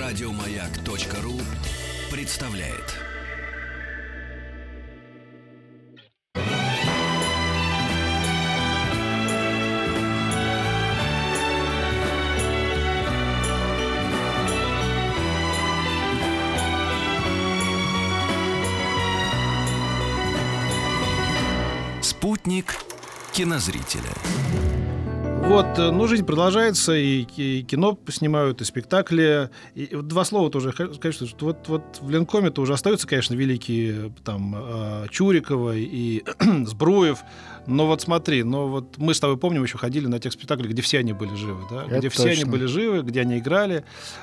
Радиомаяк.ру представляет. Спутник кинозрителя. Вот, ну, жизнь продолжается, и кино снимают, и спектакли. И вот два слова тоже, конечно, что вот в Ленкоме-то уже остаются, конечно, великие там Чурикова и Збруев. Но вот смотри, вот мы с тобой помним, еще ходили на тех спектаклях, где все они были живы, да? Это где точно. все они были живы, где они играли.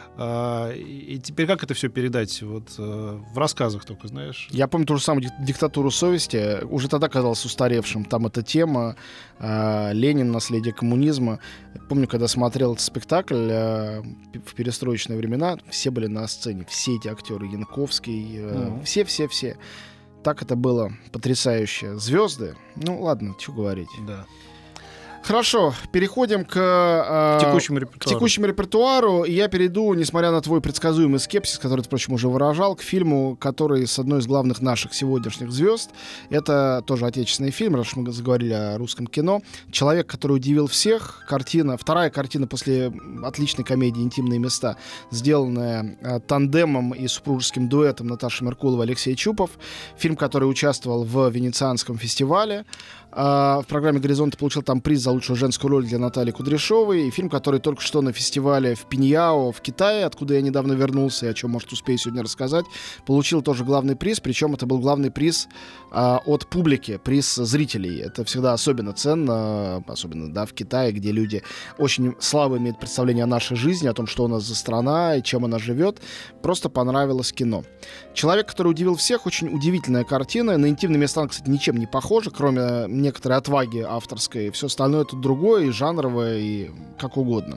И теперь как это все передать вот в рассказах только, знаешь? Я помню ту же самую «Диктатуру совести». Уже тогда казалось устаревшим. Там эта тема Ленин, наследие коммунизма. Помню, когда смотрел этот спектакль в перестроечные времена, все были на сцене. Все эти актеры. Янковский, все. Так это было потрясающе. Звезды. Ну, ладно, что говорить. Да. Хорошо, переходим к текущему репертуару. И я перейду, несмотря на твой предсказуемый скепсис, который ты, впрочем, уже выражал, к фильму, который с одной из главных наших сегодняшних звезд. Это тоже отечественный фильм, раз уж мы заговорили о русском кино. «Человек, который удивил всех». Вторая картина после отличной комедии «Интимные места», сделанная тандемом и супружеским дуэтом Наташи Меркуловой и Алексей Чупов. Фильм, который участвовал в Венецианском фестивале. В программе «Горизонт» получил там приз за лучшую женскую роль для Натальи Кудряшовой. И фильм, который только что на фестивале в Пиньяо в Китае, откуда я недавно вернулся, и о чем, может, успею сегодня рассказать, получил тоже главный приз. Причем это был главный приз от публики, приз зрителей. Это всегда особенно ценно, особенно, да, в Китае, где люди очень слабо имеют представление о нашей жизни, о том, что у нас за страна и чем она живет. Просто понравилось кино. «Человек, который удивил всех», очень удивительная картина. На «Интимные места», кстати, ничем не похожа, кроме некоторой отваги авторской. Все остальное тут другое, и жанровое, и как угодно.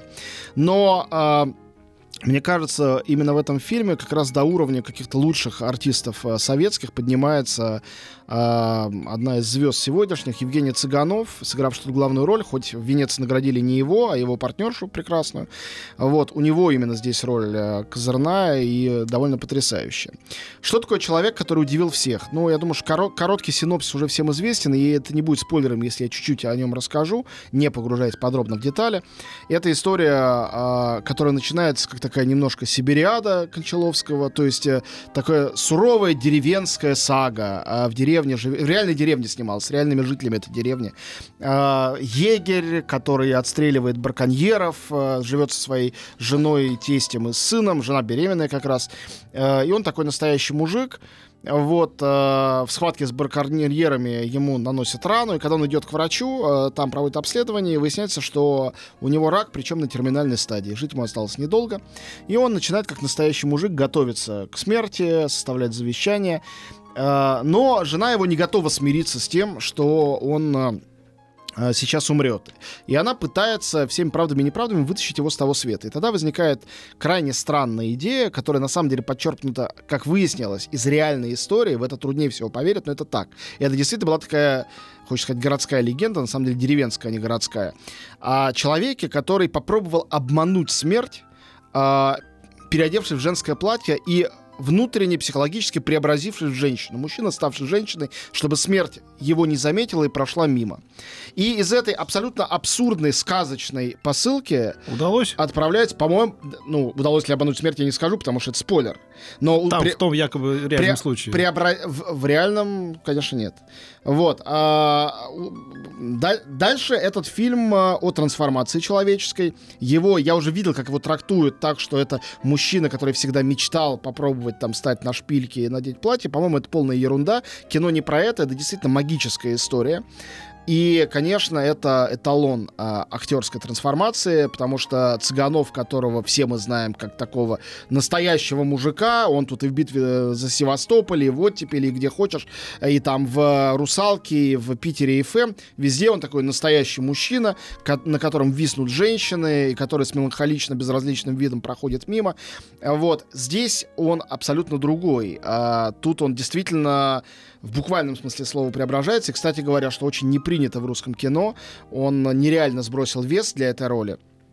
Но мне кажется, именно в этом фильме как раз до уровня каких-то лучших артистов советских поднимается одна из звезд сегодняшних, Евгений Цыганов, сыгравший тут главную роль, хоть в Венеции наградили не его, а его партнершу прекрасную. Вот, у него именно здесь роль козырная и довольно потрясающая. Что такое «Человек, который удивил всех»? Ну, я думаю, что короткий синопсис уже всем известен, и это не будет спойлером, если я чуть-чуть о нем расскажу, не погружаясь подробно в детали. Это история, которая начинается как такая немножко сибириада Кончаловского, то есть такая суровая деревенская сага. В реальной деревне снимался, с реальными жителями этой деревни. Егерь, который отстреливает браконьеров, живет со своей женой, тестем и сыном, жена беременная как раз. И он такой настоящий мужик. Вот, в схватке с браконьерами ему наносят рану, и когда он идет к врачу, там проводят обследование, и выясняется, что у него рак, причем на терминальной стадии. Жить ему осталось недолго. И он начинает, как настоящий мужик, готовиться к смерти, составлять завещание. Но жена его не готова смириться с тем, что он сейчас умрет. И она пытается всеми правдами и неправдами вытащить его с того света. И тогда возникает крайне странная идея, которая на самом деле подчеркнута, как выяснилось, из реальной истории. В это труднее всего поверить, но это так. И это действительно была такая, хочется сказать, городская легенда, на самом деле деревенская, а не городская. О человеке, который попробовал обмануть смерть, переодевшись в женское платье и внутренне психологически преобразившись в женщину. Мужчина, ставший женщиной, чтобы смерть его не заметила и прошла мимо. И из этой абсолютно абсурдной, сказочной посылки отправляется, по-моему, удалось ли обмануть смерть, я не скажу, потому что это спойлер. Но в том якобы реальном случае. В реальном, конечно, нет. Вот. Дальше этот фильм о трансформации человеческой. Я уже видел, как его трактуют так, что это мужчина, который всегда мечтал попробовать там стать на шпильке и надеть платье. По-моему, это полная ерунда. Кино не про это действительно магическая история. И, конечно, это эталон актерской трансформации, потому что Цыганов, которого все мы знаем как такого настоящего мужика, он тут и в битве за Севастополь, и в «Оттепели», и где хочешь, и там в «Русалке», и в «Питере ФМ», везде он такой настоящий мужчина, на котором виснут женщины, и который с меланхолично безразличным видом проходит мимо. Вот. Здесь он абсолютно другой. Тут он действительно в буквальном смысле слова преображается. И, кстати говоря, что очень не принято в русском кино, он нереально сбросил вес для этой роли.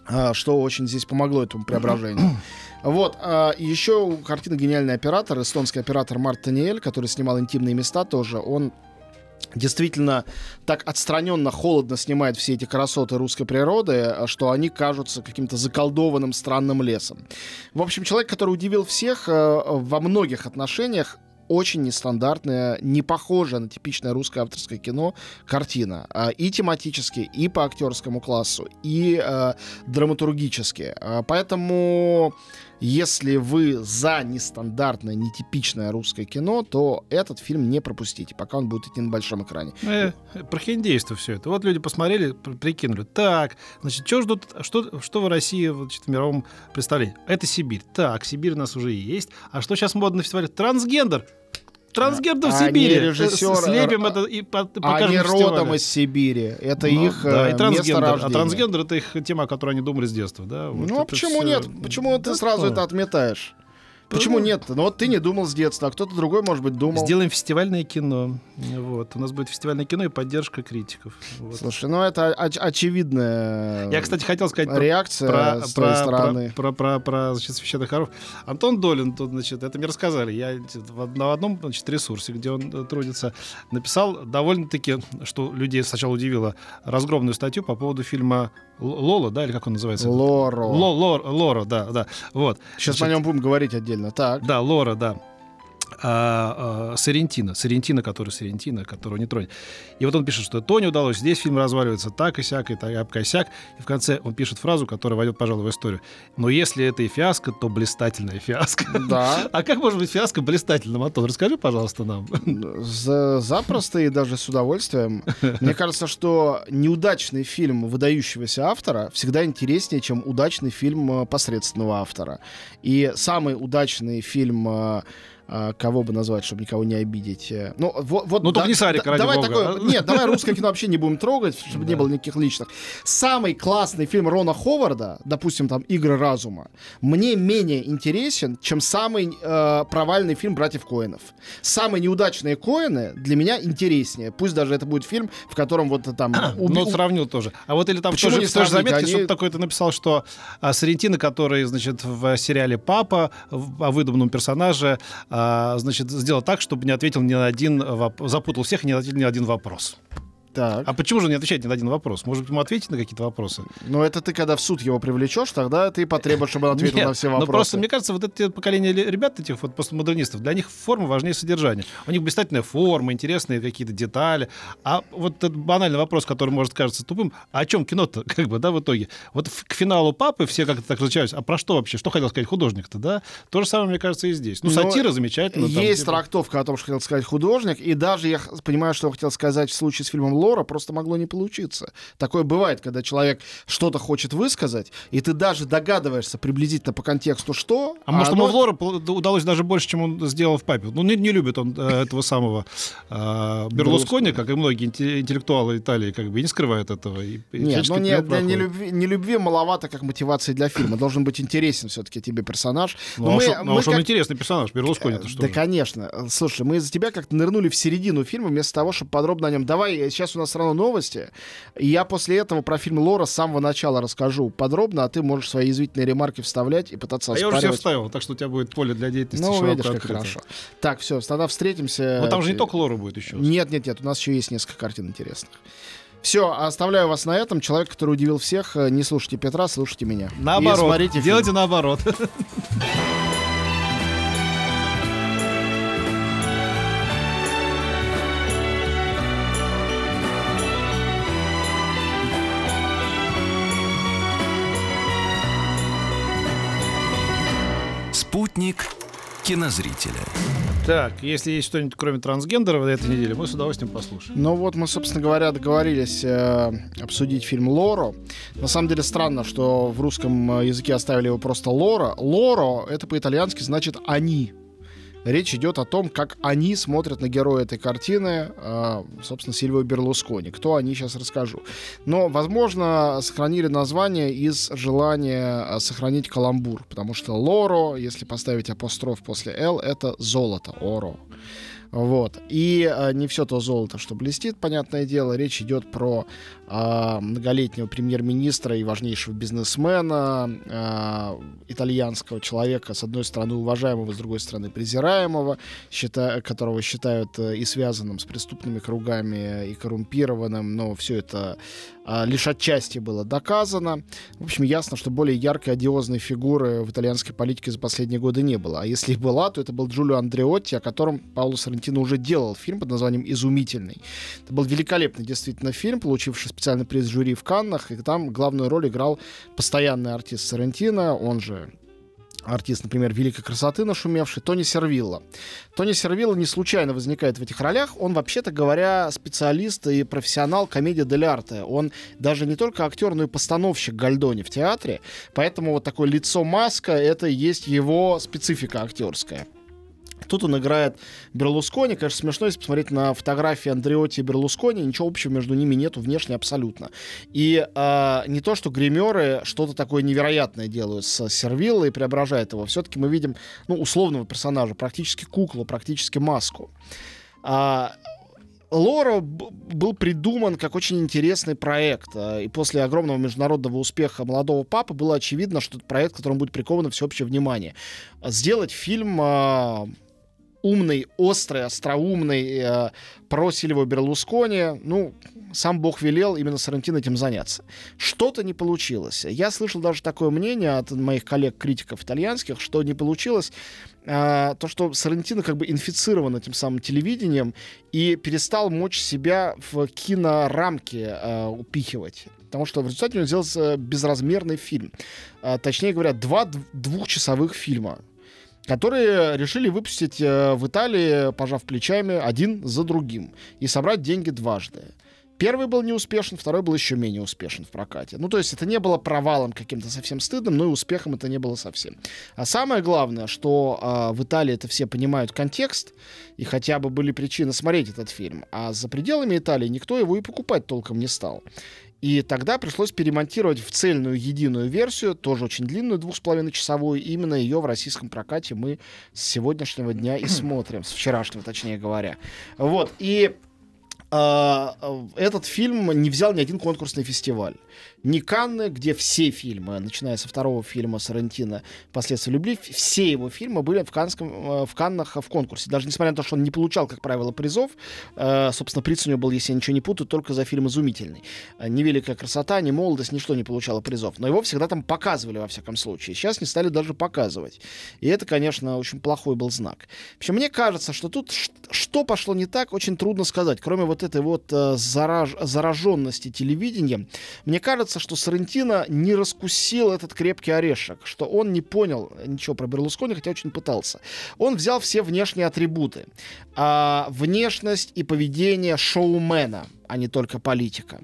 что очень здесь помогло этому преображению. Вот, еще картина «Гениальный оператор», эстонский оператор Март Таниэль, который снимал «Интимные места» тоже, он действительно так отстраненно, холодно снимает все эти красоты русской природы, что они кажутся каким-то заколдованным странным лесом. В общем, человек, который удивил всех во многих отношениях, очень нестандартная, не похожая на типичное русское авторское кино картина. И тематически, и по актерскому классу, и драматургически. Поэтому, если вы за нестандартное, нетипичное русское кино, то этот фильм не пропустите, пока он будет идти на большом экране. Прохиндейство все это. Вот люди посмотрели, прикинули. Так, значит, что ждут, что в России, значит, в мировом представлении? Это Сибирь. Так, Сибирь у нас уже есть. А что сейчас модно на фестивале? Трансгендер. Трансгендер в Сибири. Режиссер, слепим это и покажем. Они родом из Сибири. Это их место рождения. А трансгендер — это их тема, о которой они думали с детства. Да? Вот а почему нет? Почему ты сразу это отметаешь? Почему нет? Ну вот ты не думал с детства, а кто-то другой, может быть, думал. Сделаем фестивальное кино. Вот. У нас будет фестивальное кино и поддержка критиков. Вот. Слушай, ну это очевидная Я, кстати, хотел сказать реакция с твоей стороны. Про священных хоров. Антон Долин, тут, значит, это мне рассказали. Я на одном, значит, ресурсе, где он трудится, написал довольно-таки, что людей сначала удивило, разгромную статью по поводу фильма «Лола», да, или как он называется? Лоро, да. Вот. Сейчас о нем будем говорить отдельно. Так. Да, Лора, да. Соррентино, которого не тронет. И вот он пишет, что то не удалось, здесь фильм разваливается так и сяк, и так и сяк. И в конце он пишет фразу, которая войдет, пожалуй, в историю. Но если это и фиаско, то блистательная фиаско. Да. А как может быть фиаско блистательным, Антон? Расскажи, пожалуйста, нам. Запросто и даже с удовольствием. Мне кажется, что неудачный фильм выдающегося автора всегда интереснее, чем удачный фильм посредственного автора. И самый удачный фильм... Кого бы назвать, чтобы никого не обидеть? Ну, только не Сарика, ради давай бога. Такое, нет, давай русское кино вообще не будем трогать, чтобы не было никаких личных. Самый классный фильм Рона Ховарда, допустим, там «Игры разума», мне менее интересен, чем самый провальный фильм «Братьев Коэнов». Самые неудачные Коэны для меня интереснее. Пусть даже это будет фильм, в котором вот там... Ну, сравнил тоже. А вот или там в той же заметке что-то такое ты написал, что Соррентино, который, значит, в сериале «Папа» о выдуманном персонаже, значит, сделал так, чтобы не ответил ни на один запутал всех и не ответил ни на один вопрос. Так. А почему же не отвечать ни на один вопрос? Может быть, ему ответить на какие-то вопросы? Ну, это ты, когда в суд его привлечешь, тогда ты потребуешь, чтобы он ответил на все вопросы. Ну, просто, мне кажется, вот это поколение ребят, этих вот постмодернистов, для них форма важнее содержания. У них блистательная форма, интересные какие-то детали. А вот этот банальный вопрос, который может кажется тупым, а о чем кино-то, как бы, да, в итоге? Вот к финалу «Папы» все как-то так различаются. А про что вообще? Что хотел сказать художник-то, да? То же самое, мне кажется, и здесь. Ну, сатира замечательно. Есть трактовка о том, что хотел сказать художник, и даже я понимаю, что хотел сказать в случае с фильмом «Лора», просто могло не получиться. Такое бывает, когда человек что-то хочет высказать, и ты даже догадываешься приблизительно по контексту, что... А может, ему в «Лоре» удалось даже больше, чем он сделал в «Папе». Ну, не любит он этого самого Берлускони, как и многие интеллектуалы Италии, как бы, и не скрывает этого. Нет, ну не любви маловато как мотивации для фильма. Должен быть интересен все-таки тебе персонаж. Ну, уж он интересный персонаж, Берлускони-то что? Да, конечно. Слушай, мы из-за тебя как-то нырнули в середину фильма, вместо того, чтобы подробно о нем. Давай, сейчас у нас равно новости, и я после этого про фильм «Лора» с самого начала расскажу подробно, а ты можешь свои язвительные ремарки вставлять и пытаться оспаривать. Я уже все вставил, так что у тебя будет поле для деятельности. Ну, видишь, как хорошо. Так, все, тогда встретимся. Но там же не только «Лора» будет еще. Нет, у нас еще есть несколько картин интересных. Все, оставляю вас на этом. Человек, который удивил всех, не слушайте Петра, слушайте меня. Наоборот, делайте наоборот. Спутник кинозрителя. Так, если есть что-нибудь кроме трансгендеров этой недели, мы с удовольствием послушаем. Ну вот мы, собственно говоря, договорились обсудить фильм «Лоро». На самом деле странно, что в русском языке оставили его просто «Лоро». «Лоро» — это по-итальянски значит «они». Речь идет о том, как они смотрят на героя этой картины, собственно, Сильвио Берлускони. Кто они, сейчас расскажу. Но, возможно, сохранили название из желания сохранить каламбур, потому что «лоро», если поставить апостроф после «л», это «золото», «оро». Вот. И не все то золото, что блестит, понятное дело. Речь идет про многолетнего премьер-министра и важнейшего бизнесмена, итальянского человека, с одной стороны уважаемого, с другой стороны презираемого, которого считают и связанным с преступными кругами, и коррумпированным, но все это лишь отчасти было доказано. В общем, ясно, что более яркой, одиозной фигуры в итальянской политике за последние годы не было. А если и была, то это был Джулио Андреотти, о котором Паоло Соррентино уже делал фильм под названием «Изумительный». Это был великолепный действительно фильм, получивший специальный приз жюри в Каннах, и там главную роль играл постоянный артист Соррентино, он же артист, например, «Великой красоты» нашумевший, Тони Сервилла. Тони Сервилла не случайно возникает в этих ролях. Он, вообще-то говоря, специалист и профессионал комедия дель-арте. Он даже не только актер, но и постановщик Гальдони в театре. Поэтому вот такое лицо-маска — это и есть его специфика актерская. Тут он играет Берлускони. Конечно, смешно, если посмотреть на фотографии Андреотти и Берлускони. Ничего общего между ними нету внешне абсолютно. И не то, что гримеры что-то такое невероятное делают с Сервилло и преображают его. Все-таки мы видим условного персонажа, практически куклу, практически маску. Лоро был придуман как очень интересный проект. И после огромного международного успеха «Молодого папы» было очевидно, что это проект, которому будет приковано всеобщее внимание. Сделать фильм умный, острый, остроумный, про Сильвио Берлускони. Сам Бог велел именно Соррентино этим заняться. Что-то не получилось. Я слышал даже такое мнение от моих коллег-критиков итальянских, что не получилось то, что Соррентино как бы инфицирован этим самым телевидением и перестал мочь себя в кинорамки упихивать. Потому что в результате он сделал безразмерный фильм. Точнее говоря, 2 двухчасовых фильма, которые решили выпустить в Италии, пожав плечами, один за другим, и собрать деньги дважды. Первый был неуспешен, второй был еще менее успешен в прокате. То есть это не было провалом каким-то совсем стыдным, но и успехом это не было совсем. А самое главное, что в Италии это все понимают контекст, и хотя бы были причины смотреть этот фильм, а за пределами Италии никто его и покупать толком не стал. И тогда пришлось перемонтировать в цельную единую версию, тоже очень длинную, 2,5-часовую. И именно ее в российском прокате мы с сегодняшнего дня и смотрим, с вчерашнего, точнее говоря. Вот, и этот фильм не взял ни один конкурсный фестиваль. Ни Канны, где все фильмы, начиная со второго фильма Соррентино «Последствия любви», все его фильмы были в Каннах в конкурсе. Даже несмотря на то, что он не получал, как правило, призов. Собственно, приз у него был, если я ничего не путаю, только за фильм «Изумительный». Ни «Великая красота», ни «Молодость», ничто не получало призов. Но его всегда там показывали, во всяком случае. Сейчас не стали даже показывать. И это, конечно, очень плохой был знак. В общем, мне кажется, что тут что пошло не так, очень трудно сказать. Кроме вот этой вот зараженности телевидением, мне кажется, что Соррентино не раскусил этот крепкий орешек, что он не понял ничего про Берлускони, хотя очень пытался. Он взял все внешние атрибуты. Внешность и поведение шоумена, а не только политика.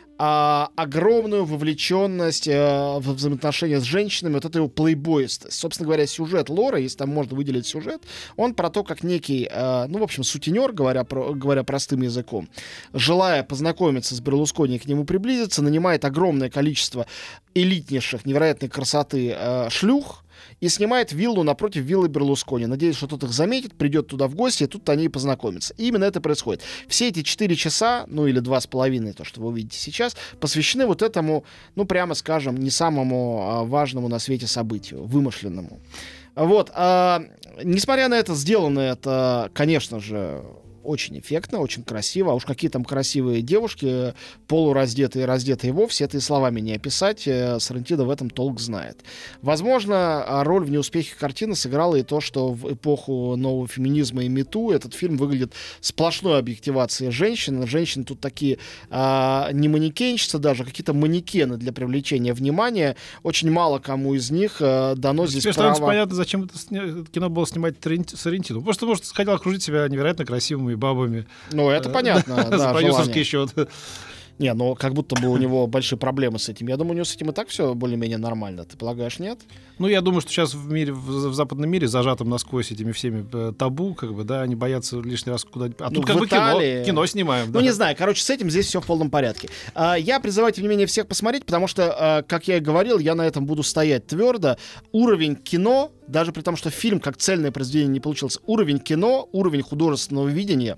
Огромную вовлеченность в взаимоотношения с женщинами, вот эту его плейбойстость. Собственно говоря, сюжет Лоро, если там можно выделить сюжет, он про то, как некий, в общем, сутенер, говоря простым языком, желая познакомиться с Берлускони и к нему приблизиться, нанимает огромное количество элитнейших, невероятной красоты шлюх, и снимает виллу напротив виллы Берлускони. Надеюсь, что тот их заметит, придет туда в гости, и тут они и познакомятся. И именно это происходит. Все эти 4 часа, или 2,5, то, что вы увидите сейчас, посвящены вот этому, прямо скажем, не самому важному на свете событию, вымышленному. Вот. Несмотря на это, сделано это, конечно же, очень эффектно, очень красиво. А уж какие там красивые девушки, полураздетые и раздетые вовсе, это и словами не описать. Соррентино в этом толк знает. Возможно, роль в неуспехе картины сыграла и то, что в эпоху нового феминизма и мету этот фильм выглядит сплошной объективацией женщин. Женщины тут такие не манекенщицы даже, а какие-то манекены для привлечения внимания. Очень мало кому из них дано здесь теперь право... становится понятно, зачем это кино было снимать Соррентино. Просто, может, хотел окружить себя невероятно красивыми бабами. Это понятно, да, за продюсерский желание. счет. Не, ну как будто бы у него большие проблемы с этим. Я думаю, у него с этим и так все более-менее нормально. Ты полагаешь, нет? Ну, я думаю, что сейчас в мире, в западном мире, зажатым насквозь этими всеми табу, как бы, да, они боятся лишний раз куда-нибудь... А Ну, тут как в бы Италии- кино снимаем, да. Ну, не знаю, короче, с этим здесь все в полном порядке. Я призываю, тем не менее, всех посмотреть, потому что, как я и говорил, я на этом буду стоять твердо. Уровень кино, даже при том, что фильм как цельное произведение не получился, уровень кино, уровень художественного видения,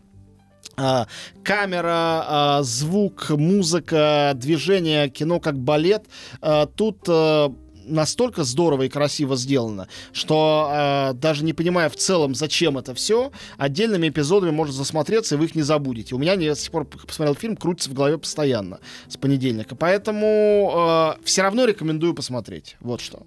камера, звук, музыка, движение, кино как балет, тут настолько здорово и красиво сделано, что даже не понимая в целом, зачем это все, отдельными эпизодами можно засмотреться, и вы их не забудете. У меня, я с тех пор посмотрел фильм, крутится в голове постоянно с понедельника. Поэтому все равно рекомендую посмотреть. Вот что.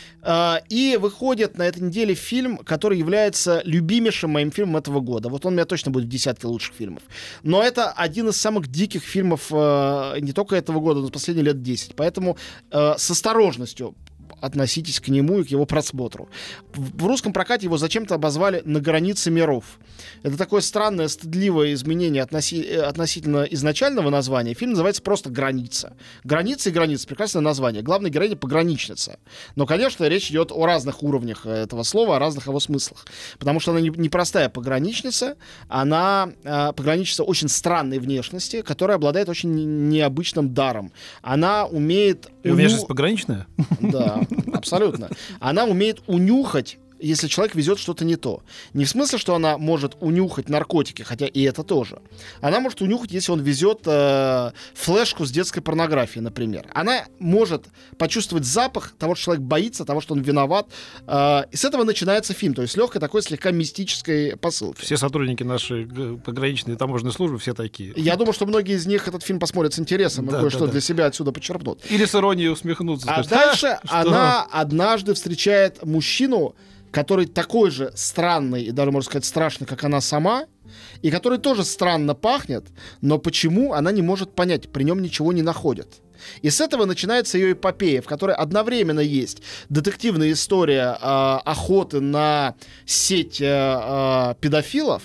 И выходит на этой неделе фильм, который является любимейшим моим фильмом этого года. Вот он у меня точно будет в десятке лучших фильмов. Но это один из самых диких фильмов не только этого года, но за последние лет 10. Поэтому с осторожностью относитесь к нему и к его просмотру. В русском прокате его зачем-то обозвали «На границе миров». Это такое странное, стыдливое изменение относительно изначального названия. Фильм называется просто «Граница». «Граница» и «Граница» — прекрасное название. Главная героиня — пограничница. Но, конечно, речь идет о разных уровнях этого слова, о разных его смыслах. Потому что она не простая пограничница, она пограничница очень странной внешности, которая обладает очень необычным даром. Она умеет... Внешность пограничная? Да, абсолютно. Она умеет унюхать, если человек везет что-то не то. Не в смысле, что она может унюхать наркотики, хотя и это тоже. Она может унюхать, если он везет флешку с детской порнографией, например. Она может почувствовать запах того, что человек боится, того, что он виноват. И с этого начинается фильм. То есть легкой такой слегка мистической посылки. Все сотрудники нашей пограничной таможенной службы все такие. Я думаю, что многие из них этот фильм посмотрят с интересом и кое-что для себя отсюда почерпнут. Или с иронией усмехнутся. А скажут, дальше она однажды встречает мужчину, который такой же странный и даже, можно сказать, страшный, как она сама, и который тоже странно пахнет, но почему она не может понять, при нем ничего не находят. И с этого начинается ее эпопея, в которой одновременно есть детективная история охоты на сеть педофилов,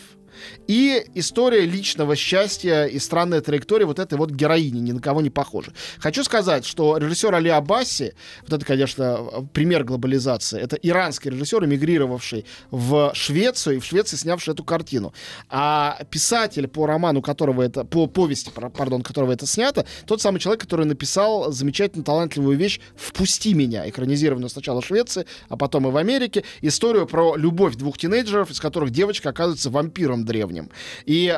и история личного счастья и странная траектория вот этой вот героини, ни на кого не похожа. Хочу сказать, что режиссер Али Аббаси, вот это, конечно, пример глобализации, это иранский режиссер, эмигрировавший в Швецию, и в Швеции снявший эту картину. А писатель, по роману которого это, по повести, пардон, которого это снято, тот самый человек, который написал замечательно талантливую вещь «Впусти меня», экранизированную сначала в Швеции, а потом и в Америке, историю про любовь двух тинейджеров, из которых девочка оказывается вампиром древним. И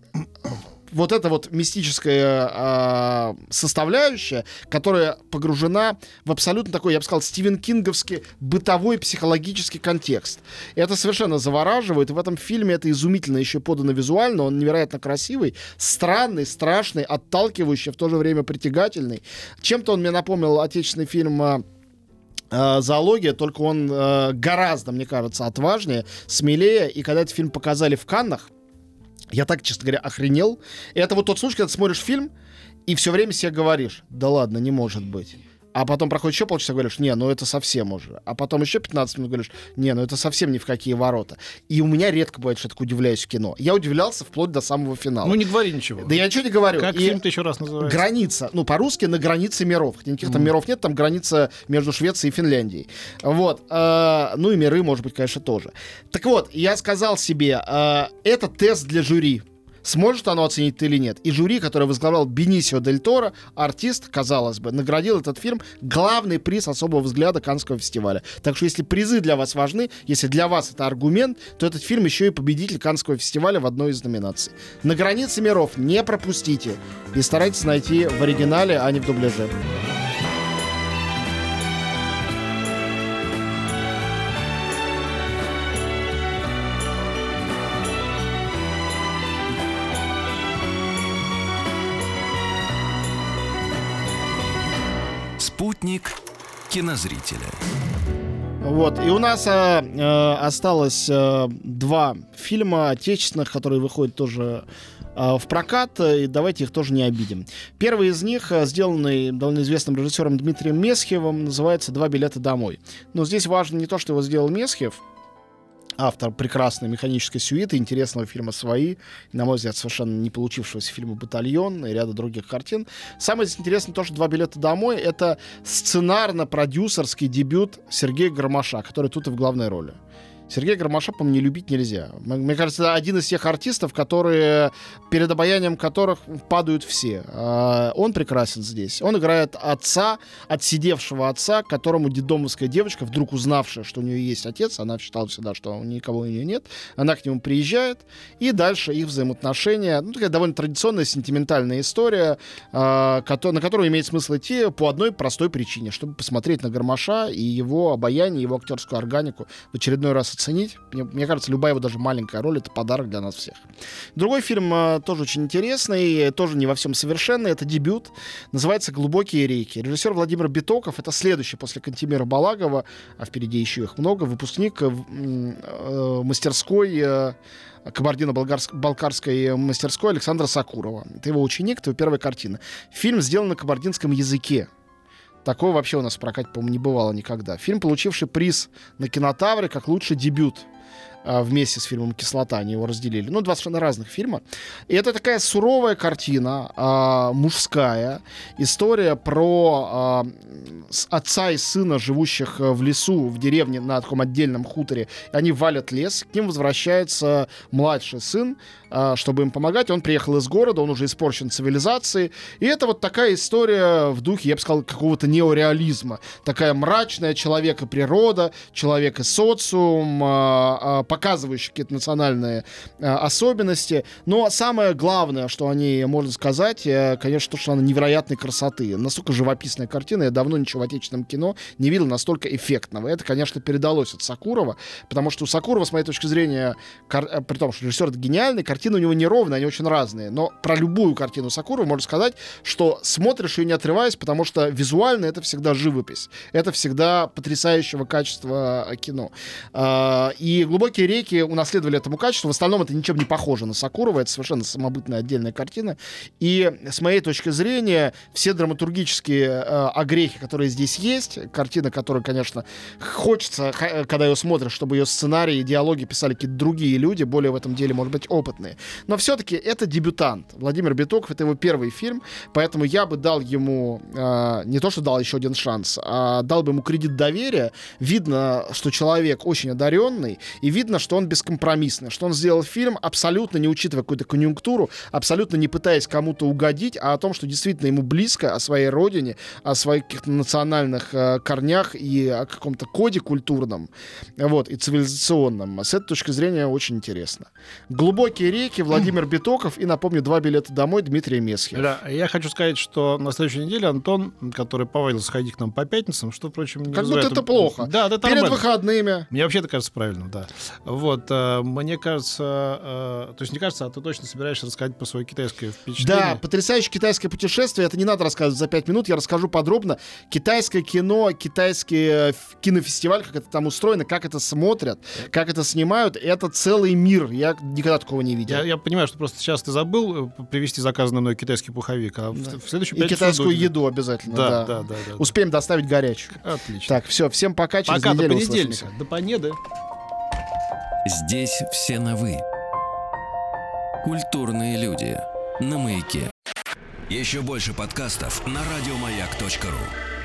вот эта вот мистическая составляющая, которая погружена в абсолютно такой, я бы сказал, Стивен Кинговский бытовой психологический контекст. Это совершенно завораживает, и в этом фильме это изумительно еще подано визуально, он невероятно красивый, странный, страшный, отталкивающий, в то же время притягательный. Чем-то он мне напомнил отечественный фильм «Зоология», только он гораздо, мне кажется, отважнее, смелее, и когда этот фильм показали в Каннах, я так, честно говоря, охренел. И это вот тот случай, когда ты смотришь фильм и все время себе говоришь: да ладно, не может быть. А потом проходит еще полчаса, говоришь: не, ну это совсем уже. А потом еще 15 минут говоришь: не, ну это совсем ни в какие ворота. И у меня редко бывает, что я так удивляюсь в кино. Я удивлялся вплоть до самого финала. Ну не говори ничего. Да я ничего не говорю. Как фильм-то еще раз называется? «Граница». Ну, по-русски «На границе миров». Хотя никаких там миров нет, там граница между Швецией и Финляндией. Вот. Ну и миры, может быть, конечно, тоже. Так вот, я сказал себе, это тест для жюри. Сможет оно оценить ты или нет. И жюри, которое возглавлял Бенисио дель Торо, артист, казалось бы, наградил этот фильм главный приз особого взгляда Каннского фестиваля. Так что если призы для вас важны, если для вас это аргумент, то этот фильм еще и победитель Каннского фестиваля в одной из номинаций. «На границе миров» не пропустите. И старайтесь найти в оригинале, а не в дубляже. Спутник кинозрителя. Вот, и у нас осталось два фильма отечественных, которые выходят тоже в прокат, и давайте их тоже не обидим. Первый из них, сделанный довольно известным режиссером Дмитрием Месхиевым, называется «Два билета домой». Но здесь важно не то, что его сделал Месхиев, автор прекрасной механической сюиты, интересного фильма «Свои», на мой взгляд, совершенно не получившегося фильма «Батальон» и ряда других картин. Самое здесь интересное то, что «Два билета домой» — это сценарно-продюсерский дебют Сергея Гармаша, который тут и в главной роли. Сергея Гармаша, по-моему, не любить нельзя. Мне кажется, это один из тех артистов, которые, перед обаянием которых падают все. Он прекрасен здесь. Он играет отца, отсидевшего отца, которому детдомовская девочка, вдруг узнавшая, что у нее есть отец, она считала всегда, что никого у нее нет, она к нему приезжает, и дальше их взаимоотношения. Ну, такая довольно традиционная, сентиментальная история, на которую имеет смысл идти по одной простой причине, чтобы посмотреть на Гармаша и его обаяние, его актерскую органику в очередной раз оценить. Мне кажется, любая его даже маленькая роль — это подарок для нас всех. Другой фильм тоже очень интересный, тоже не во всем совершенный. Это дебют. Называется «Глубокие реки». Режиссер Владимир Битоков. Это следующий после Кантемира Балагова, а впереди еще их много, выпускник мастерской кабардино-балкарской мастерской Александра Сакурова. Это его ученик, это его первая картина. Фильм сделан на кабардинском языке. Такого вообще у нас в прокате, по-моему, не бывало никогда. Фильм, получивший приз на Кинотавре как лучший дебют вместе с фильмом «Кислота», они его разделили. Ну, два совершенно разных фильма. И это такая суровая картина, мужская. История про отца и сына, живущих в лесу, в деревне на таком отдельном хуторе. Они валят лес, к ним возвращается младший сын, чтобы им помогать. Он приехал из города, он уже испорчен цивилизацией. И это вот такая история в духе, я бы сказал, какого-то неореализма. Такая мрачная человек и природа, человек и социум, показывающие какие-то национальные особенности. Но самое главное, что о ней можно сказать, конечно, то, что она невероятной красоты. Настолько живописная картина. Я давно ничего в отечественном кино не видел настолько эффектного. Это, конечно, передалось от Сакурова, потому что у Сакурова, с моей точки зрения, при том, что режиссер гениальный, картины у него неровные, они очень разные. Но про любую картину Сакурова можно сказать, что смотришь ее не отрываясь, потому что визуально это всегда живопись. Это всегда потрясающего качества кино. И «Глубокие реки» унаследовали этому качеству. В остальном это ничем не похоже на Сакурова. Это совершенно самобытная отдельная картина. И с моей точки зрения, все драматургические огрехи, которые здесь есть, картина, которую, конечно, хочется, когда ее смотришь, чтобы ее сценарий и диалоги писали какие-то другие люди, более в этом деле, может быть, опытные. Но все-таки это дебютант. Владимир Битоков — это его первый фильм, поэтому я бы дал ему, не то что дал еще один шанс, а дал бы ему кредит доверия. Видно, что человек очень одаренный, и видно, что он бескомпромиссный, что он сделал фильм, абсолютно не учитывая какую-то конъюнктуру, абсолютно не пытаясь кому-то угодить, а о том, что действительно ему близко, о своей родине, о своих каких-то национальных корнях и о каком-то коде культурном, вот, и цивилизационном. С этой точки зрения очень интересно. «Глубокие реки», Владимир Битоков и, напомню, «Два билета домой» Дмитрия Месхина. Да, я хочу сказать, что на следующей неделе Антон, который повадился ходить к нам по пятницам, что, впрочем, не как будто это плохо. Да, это перед нормально. Выходными. Мне вообще это кажется правильным, да. Вот, мне кажется, то есть не кажется, а ты точно собираешься рассказать про свое китайское впечатление? Да, потрясающее китайское путешествие. Это не надо рассказывать за 5 минут, я расскажу подробно. Китайское кино, китайский кинофестиваль, как это там устроено, как это смотрят, как это снимают, это целый мир. Я никогда такого не видел. Я понимаю, что просто сейчас ты забыл привезти заказанный мной китайский пуховик, а в следующем и китайскую еду обязательно. Да. Успеем доставить горячую. Отлично. Так, все, всем пока, через пока, неделю до понедельника. услышимся. До понеды. Здесь все на «вы». Культурные люди. На «Маяке». Еще больше подкастов на радиомаяк.ру.